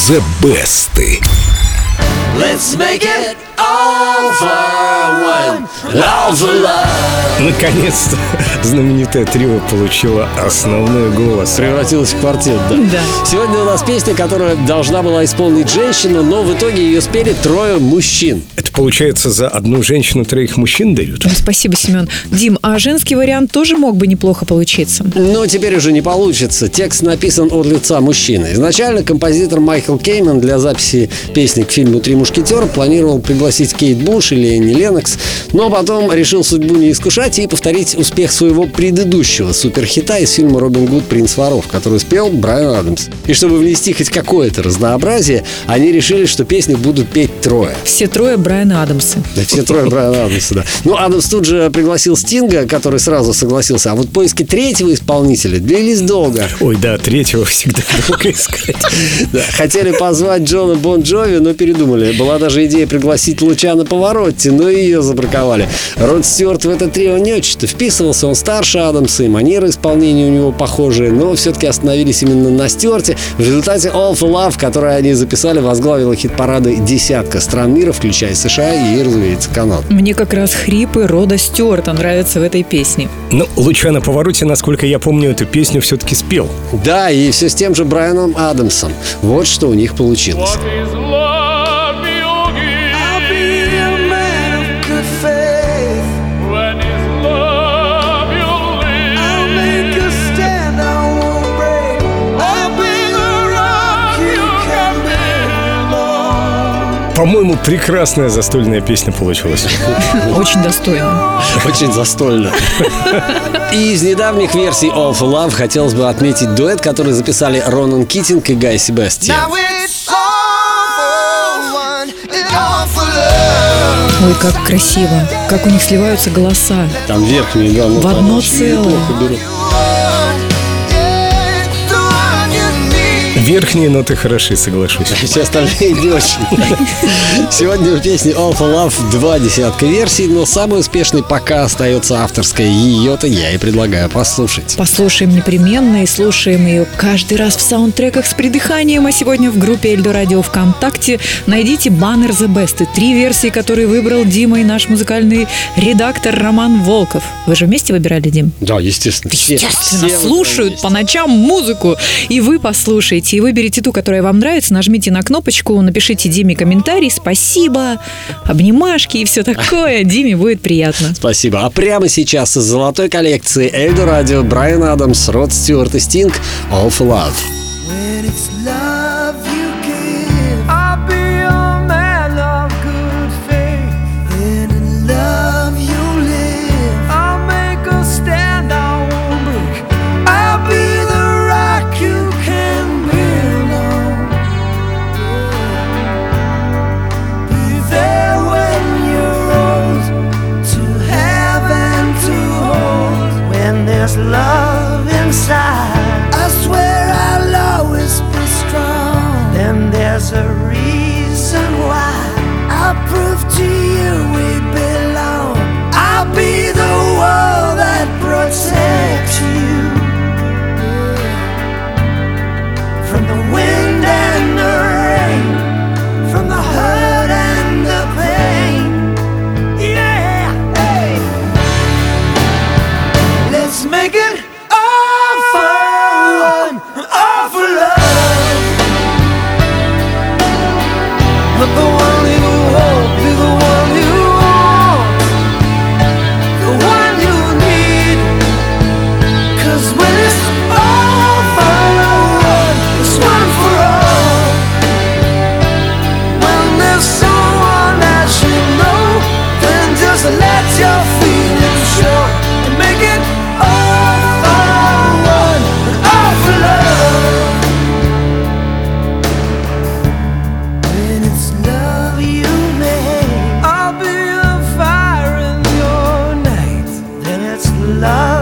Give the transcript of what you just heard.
The Best. Let's make it all for one, all for love. Наконец-то знаменитое трио получило основной голос. Превратилась в квартет, да? Да. Сегодня у нас песня, которая должна была исполнить женщину, но в итоге ее спели трое мужчин. Это получается, за одну женщину 3 мужчин дают? Ну, спасибо, Семен. Дим, а женский вариант тоже мог бы неплохо получиться? Но теперь уже не получится. Текст написан от лица мужчины. Изначально композитор Майкл Кейман для записи песни к фильму «Три мушкетера» планировал пригласить Кейт Буш или Энни Леннокс, но потом решил судьбу не искушать и повторить успех своего предыдущего суперхита из фильма «Робин Гуд. Принц воров», который спел Брайан Адамс. И чтобы внести хоть какое-то разнообразие, они решили, что песни будут петь трое. Все трое Брайана Адамса. Да, все трое Брайана Адамса, да. Ну, Адамс тут же пригласил Стинга, который сразу согласился. А вот поиски третьего исполнителя длились долго. Ой, да, третьего всегда долго искать. Да, хотели позвать Джона Бон Джови, но передумали. Была даже идея пригласить Лучано Паваротти, но ее забраковали. Род Стюарт в это трио не очень-то вписывался. Он старше Адамса, и манера исполнения у него похожие, но все-таки остановились именно на Стюарте. В результате All for Love, который они записали, возглавила хит-парады десятка стран мира, включая США и, разумеется, Канаду. Мне как раз хрипы Рода Стюарта нравятся в этой песне. Ну, Лучано Паваротти, насколько я помню, эту песню все-таки спел. Да, и все с тем же Брайаном Адамсом. Вот что у них получилось. По-моему, прекрасная застольная песня получилась. Очень достойно. Очень застольно. И из недавних версий All for Love хотелось бы отметить дуэт, который записали Ронан Китинг и Гай Себастьян. Ой, как красиво. Как у них сливаются голоса. Там верхние, да, В одно целое. Верхние ноты хороши, соглашусь. Все остальные не очень. Сегодня у песни All for Love 2 десятка версий, но самой успешной пока остается авторская. Ее-то я и предлагаю послушать. Послушаем непременно и слушаем ее каждый раз в саундтреках с придыханием. А сегодня в группе Эльдо Радио ВКонтакте найдите баннер The Best. 3 версии, которые выбрал Дима и наш музыкальный редактор Роман Волков. Вы же вместе выбирали, Дим? Да, естественно. Естественно, слушают по ночам музыку. И вы послушайте. И выберите ту, которая вам нравится. Нажмите на кнопочку, напишите Диме комментарий. Спасибо, обнимашки и все такое. Диме будет приятно. Спасибо. А прямо сейчас из золотой коллекции Эльдо Радио, Брайан Адамс, Род Стюарт и Стинг All for Love. Love inside, I swear I'll always be strong. Then there's a reason why I'll prove to you we belong. I'll be the wall that protects you from the wind and the rain, from the hurt and the pain. Yeah, hey. Let's make it all for one, all for love. Let the one you hold be the one you want, the one you need. 'Cause when it's all for one, it's one for all. When there's someone that you know, then just let your feelings show and make it all for one, all for love. When it's love you make, I'll be a fire in your night. Then it's love.